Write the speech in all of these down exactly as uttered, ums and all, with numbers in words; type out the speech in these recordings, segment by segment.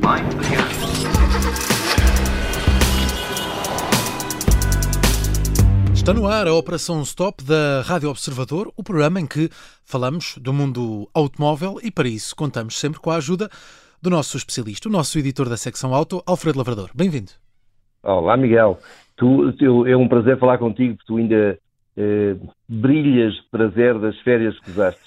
Está no ar a Operação Stop da Rádio Observador, o programa em que falamos do mundo automóvel e para isso contamos sempre com a ajuda do nosso especialista, o nosso editor da secção auto, Alfredo Lavrador. Bem-vindo. Olá, Miguel. Tu, tu, é um prazer falar contigo, porque tu ainda eh, brilhas de prazer das férias que usaste.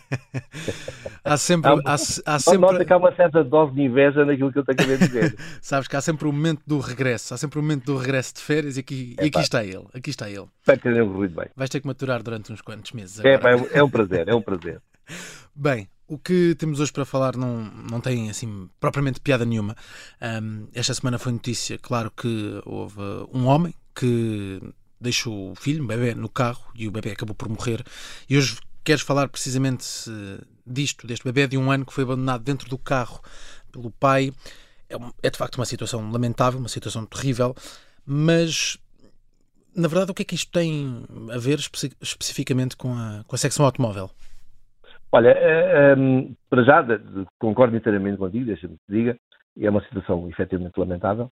há sempre... há, há, há sempre... Nota que há uma certa dose de inveja naquilo que eu te acabei de dizer. Sabes que há sempre o momento do regresso, há sempre o momento do regresso de férias e aqui, e aqui está ele, aqui está ele. Espero que tenha corrido bem. Vais ter que maturar durante uns quantos meses É, agora. pá, é um prazer, é um prazer. Bem, o que temos hoje para falar não, não tem assim propriamente piada nenhuma. Um, esta semana foi notícia, claro que houve um homem que deixou o filho, um bebê, no carro e o bebê acabou por morrer. E hoje queres falar precisamente disto, deste bebê de um ano que foi abandonado dentro do carro pelo pai. É, é de facto uma situação lamentável, uma situação terrível, mas na verdade o que é que isto tem a ver espe- especificamente com a, com a secção automóvel? Olha, um, para já, concordo inteiramente contigo, deixa-me que te diga, é uma situação efetivamente lamentável.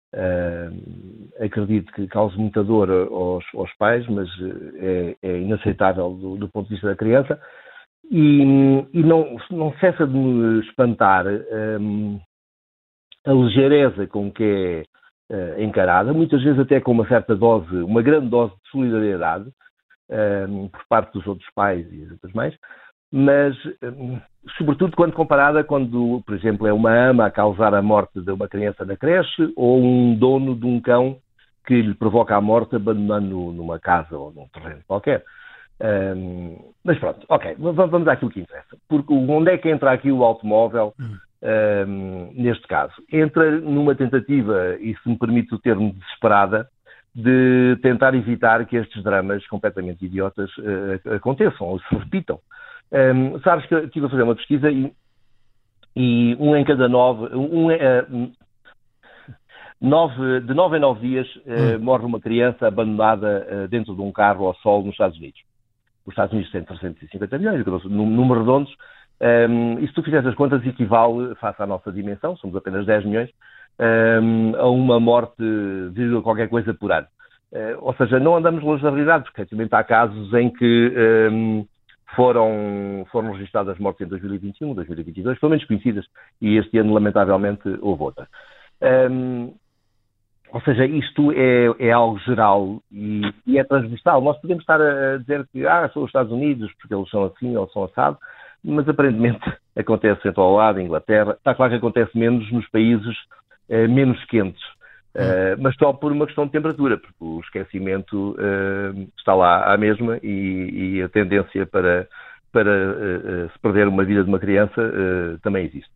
Uh, acredito que cause muita dor aos, aos pais, mas é, é inaceitável do, do ponto de vista da criança e, e não, não cessa de me espantar um, a ligeireza com que é uh, encarada, muitas vezes até com uma certa dose, uma grande dose de solidariedade um, por parte dos outros pais e das outras mães, mas sobretudo quando comparada quando, por exemplo, é uma ama a causar a morte de uma criança na creche ou um dono de um cão que lhe provoca a morte abandonando numa casa ou num terreno qualquer. Um, mas pronto, ok, vamos àquilo que interessa. Porque onde é que entra aqui o automóvel um, neste caso? Entra numa tentativa, e se me permite o termo desesperada, de tentar evitar que estes dramas completamente idiotas uh, aconteçam ou se repitam. Um, sabes que eu estive a fazer uma pesquisa e, e um em cada nove, um, uh, nove de nove em nove dias uh, hum. morre uma criança abandonada uh, dentro de um carro ao sol nos Estados Unidos. Os Estados Unidos têm trezentos e cinquenta milhões, números redondos, um, e se tu fizeres as contas equivale, face à nossa dimensão, somos apenas dez milhões, um, a uma morte de qualquer coisa por ano. Uh, ou seja, não andamos longe da realidade, porque também há casos em que um, Foram, foram registradas mortes em dois mil e vinte e um, dois mil e vinte e dois, pelo menos conhecidas, e este ano, lamentavelmente, houve outra. Um, ou seja, isto é, é algo geral e, e é transversal. Nós podemos estar a dizer que ah, são os Estados Unidos, porque eles são assim ou são assado, mas aparentemente acontece em todo o lado, Inglaterra. Está claro que acontece menos nos países eh, menos quentes. Uh, mas só por uma questão de temperatura, porque o esquecimento uh, está lá à mesma e, e a tendência para, para uh, uh, se perder uma vida de uma criança uh, também existe.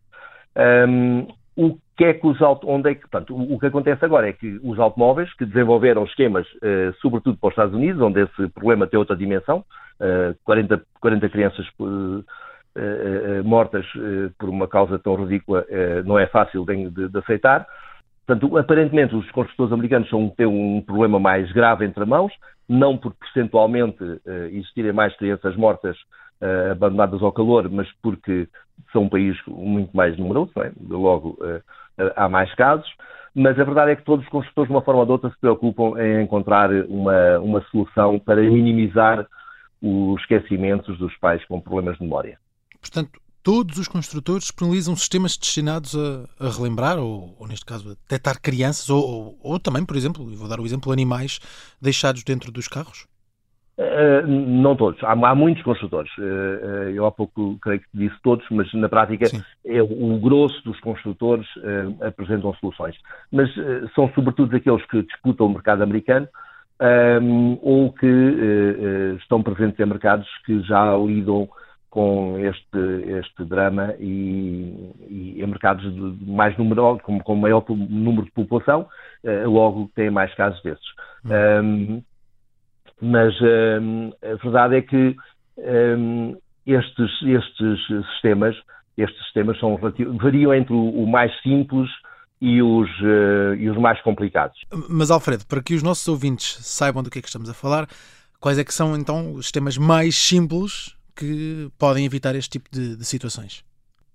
Um, o que é que os auto, onde é que, portanto, o, o que acontece agora é que os automóveis que desenvolveram esquemas, uh, sobretudo para os Estados Unidos, onde esse problema tem outra dimensão, uh, quarenta, quarenta crianças uh, uh, mortas uh, por uma causa tão ridícula uh, não é fácil de, de, de aceitar. Portanto, aparentemente, os construtores americanos são, têm um problema mais grave entre mãos, não por percentualmente uh, existirem mais crianças mortas uh, abandonadas ao calor, mas porque são um país muito mais numeroso, não é? Logo uh, há mais casos. Mas a verdade é que todos os construtores, de uma forma ou de outra, se preocupam em encontrar uma, uma solução para minimizar os esquecimentos dos pais com problemas de memória. Portanto, todos os construtores disponibilizam sistemas destinados a, a relembrar, ou, ou neste caso a detectar crianças, ou, ou, ou também, por exemplo, e vou dar o exemplo, animais deixados dentro dos carros? Uh, não todos. Há, há muitos construtores. Uh, uh, eu há pouco creio que disse todos, mas na prática é, o grosso dos construtores uh, apresentam soluções. Mas uh, são sobretudo aqueles que disputam o mercado americano um, ou que uh, uh, estão presentes em mercados que já lidam com este, este drama e, e em mercados de mais numerosos, com, com maior número de população, uh, logo têm mais casos desses. Hum. Um, mas um, a verdade é que um, estes, estes sistemas, estes sistemas são, variam entre o, o mais simples e os, uh, e os mais complicados. Mas, Alfredo, para que os nossos ouvintes saibam do que é que estamos a falar, quais é que são então os sistemas mais simples que podem evitar este tipo de, de situações?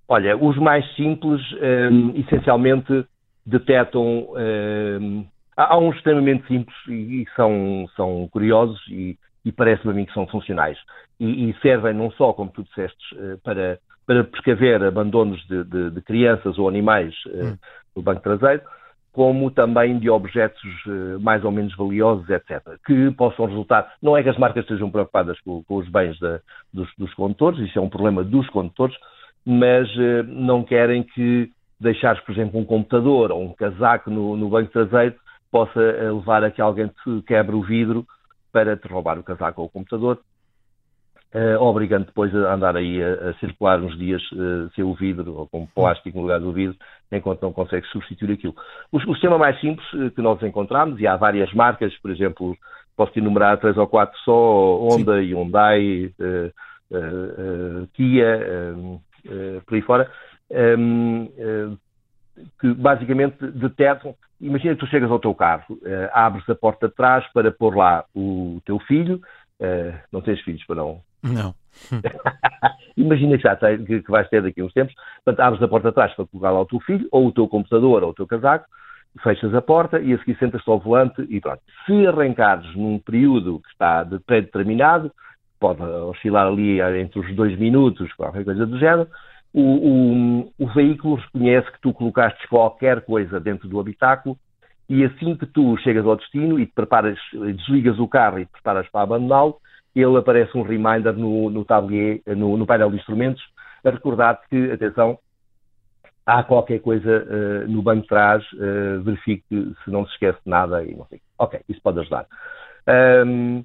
Olha, os mais simples, um, essencialmente, detectam... Um, há uns extremamente simples e, e são, são curiosos e, e parece-me a mim que são funcionais. E, e servem não só, como tu disseste, para, para precaver abandonos de, de, de crianças ou animais hum. no banco traseiro, como também de objetos mais ou menos valiosos, etcétera, que possam resultar... Não é que as marcas estejam preocupadas com, com os bens da, dos, dos condutores, isso é um problema dos condutores, mas uh, não querem que deixares, por exemplo, um computador ou um casaco no, no banco traseiro possa uh, levar a que alguém te quebre o vidro para te roubar o casaco ou o computador, uh, obrigando depois a andar aí a, a circular uns dias uh, sem o vidro ou com plástico no lugar do vidro, enquanto não consegues substituir aquilo. O, o sistema mais simples uh, que nós encontramos, e há várias marcas, por exemplo, posso enumerar três ou quatro só, Honda, Sim. Hyundai, uh, uh, uh, Kia, uh, uh, por aí fora, um, uh, que basicamente detectam. Imagina que tu chegas ao teu carro, uh, abres a porta de trás para pôr lá o teu filho, uh, não tens filhos para não... Não. Imagina que já tem, que, que vais ter daqui a uns tempos, portanto abres a porta de trás para colocar lá o teu filho, ou o teu computador, ou o teu casaco, fechas a porta e a seguir sentas-te ao volante e pronto. Se arrancares num período que está de pré-determinado, pode oscilar ali entre os dois minutos, qualquer coisa do género, O, o, o veículo reconhece que tu colocaste qualquer coisa dentro do habitáculo e assim que tu chegas ao destino e te preparas, desligas o carro e te preparas para abandoná-lo, ele aparece um reminder no, no tablier, no, no painel de instrumentos, a recordar-te que, atenção, há qualquer coisa uh, no banco de trás, uh, verifique se não se esquece de nada e não sei. Ok, isso pode ajudar. Um,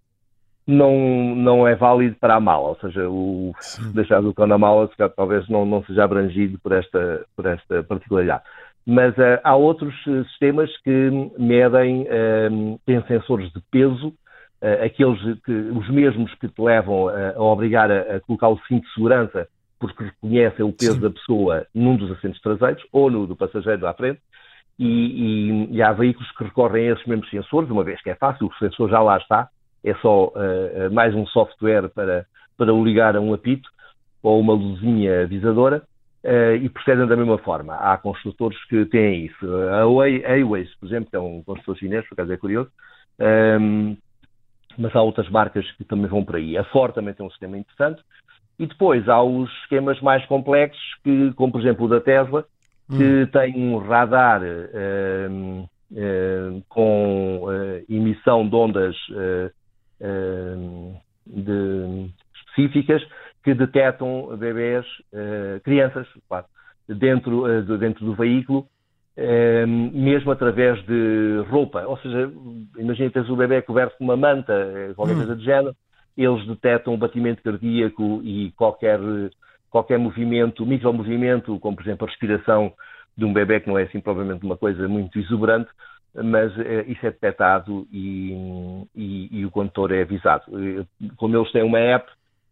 Não, não é válido para a mala, ou seja, o deixar o cão na mala talvez não, não seja abrangido por esta, por esta particularidade. Mas uh, há outros uh, sistemas que medem, uh, têm sensores de peso, uh, aqueles que, os mesmos que te levam a, a obrigar a, a colocar o cinto de segurança porque reconhecem o peso Sim. da pessoa num dos assentos traseiros ou no do passageiro à frente, e, e, e há veículos que recorrem a esses mesmos sensores, uma vez que é fácil, o sensor já lá está, é só uh, mais um software para, para o ligar a um apito ou uma luzinha avisadora uh, e procedem da mesma forma. Há construtores que têm isso. A Aways, por exemplo, que é um construtor chinês, por acaso é curioso, um, mas há outras marcas que também vão por aí. A Ford também tem um sistema interessante. E depois há os esquemas mais complexos, que, como por exemplo o da Tesla, que hum. tem um radar uh, uh, com uh, emissão de ondas uh, Uh, de, específicas que detectam bebés, uh, crianças, claro, dentro, uh, de, dentro do veículo, uh, mesmo através de roupa. Ou seja, imagina que tens o bebé coberto com uma manta, qualquer hum. coisa do género, eles detectam o batimento cardíaco e qualquer, qualquer movimento, micromovimento, como por exemplo a respiração de um bebé, que não é assim provavelmente uma coisa muito exuberante, mas uh, isso é detectado e, e, e o condutor é avisado. Como eles têm uma app,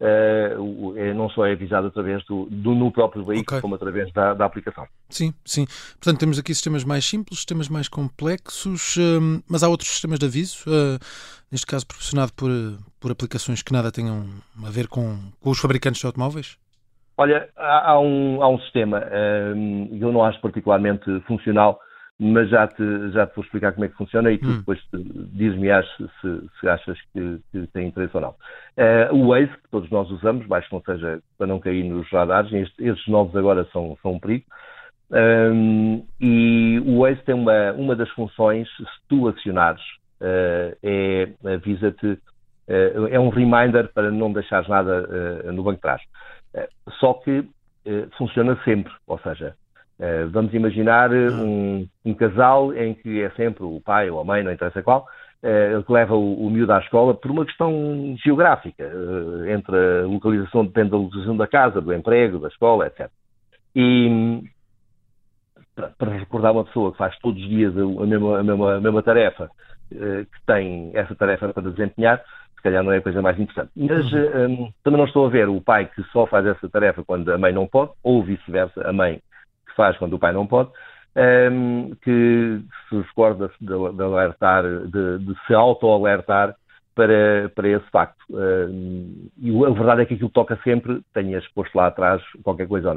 uh, não só é avisado através do, do no próprio veículo, okay. como através da, da aplicação. Sim, sim. Portanto, temos aqui sistemas mais simples, sistemas mais complexos, um, mas há outros sistemas de aviso, uh, neste caso proporcionado por, por aplicações que nada tenham a ver com, com os fabricantes de automóveis? Olha, há, há, um, há um sistema, um, eu não acho particularmente funcional, mas já te, já te vou explicar como é que funciona e tu hum. depois diz-me se, se achas que, que tem interesse ou não. Uh, o Waze, que todos nós usamos, mais que não seja para não cair nos radares, estes, estes novos agora são, são um perigo, um, e o Waze tem uma, uma das funções, se tu acionares, uh, é, avisa-te, uh, é um reminder para não deixares nada uh, no banco de trás. Uh, só que uh, funciona sempre, ou seja, Uh, vamos imaginar um, um casal em que é sempre o pai ou a mãe, não interessa qual, uh, que leva o, o miúdo à escola por uma questão geográfica, uh, entre a localização, depende da localização da casa, do emprego, da escola, etcétera. E para, para recordar uma pessoa que faz todos os dias a mesma, a mesma, a mesma tarefa, uh, que tem essa tarefa para desempenhar, se calhar não é a coisa mais interessante. Mas uh, um, também não estou a ver o pai que só faz essa tarefa quando a mãe não pode, ou vice-versa, a mãe faz quando o pai não pode, um, que se recorda de, de alertar, de, de se auto-alertar para, para esse facto. Um, e a verdade é que aquilo toca sempre, tenhas posto lá atrás qualquer coisa ou não.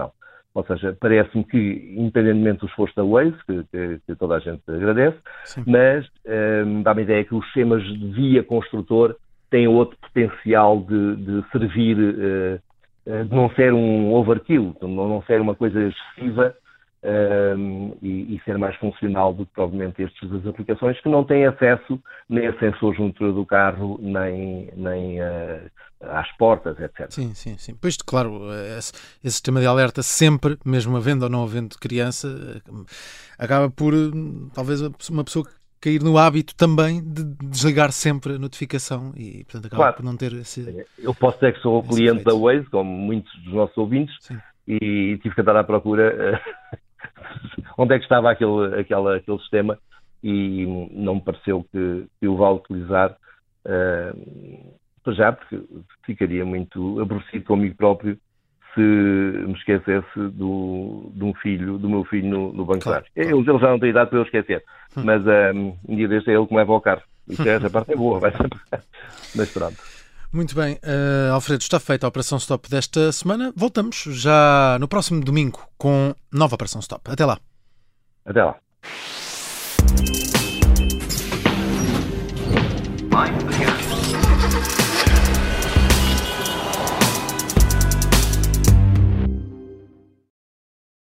Ou seja, parece-me que, independentemente do esforço da Waze, que, que, que toda a gente agradece, Sim. mas um, dá-me a ideia que os sistemas de via construtor têm outro potencial de, de servir, uh, de não ser um overkill, de não ser uma coisa excessiva, Um, e, e ser mais funcional do que provavelmente estas das aplicações que não têm acesso nem a sensores junto do carro, nem, nem uh, às portas, etcétera. Sim, sim, sim. Pois, claro, esse, esse sistema de alerta sempre, mesmo havendo ou não havendo criança, acaba por, talvez, uma pessoa cair no hábito também de desligar sempre a notificação e, portanto, acaba claro. por não ter esse... Eu posso dizer que sou o cliente efeito. da Waze, como muitos dos nossos ouvintes, sim. e tive que andar à procura onde é que estava aquele, aquele, aquele sistema e não me pareceu que, que eu vá utilizar uh, para já, porque ficaria muito aborrecido comigo próprio se me esquecesse do, de um filho, do meu filho no, no banco claro, de trás. Claro. Ele já não tem idade para eu esquecer, hum. mas um, um dia deste é ele que me leva ao carro. Isso é, essa parte é boa, vai ser... mas pronto. Muito bem, uh, Alfredo, está feita a Operação Stop desta semana. Voltamos já no próximo domingo com nova Operação Stop. Até lá. Até lá.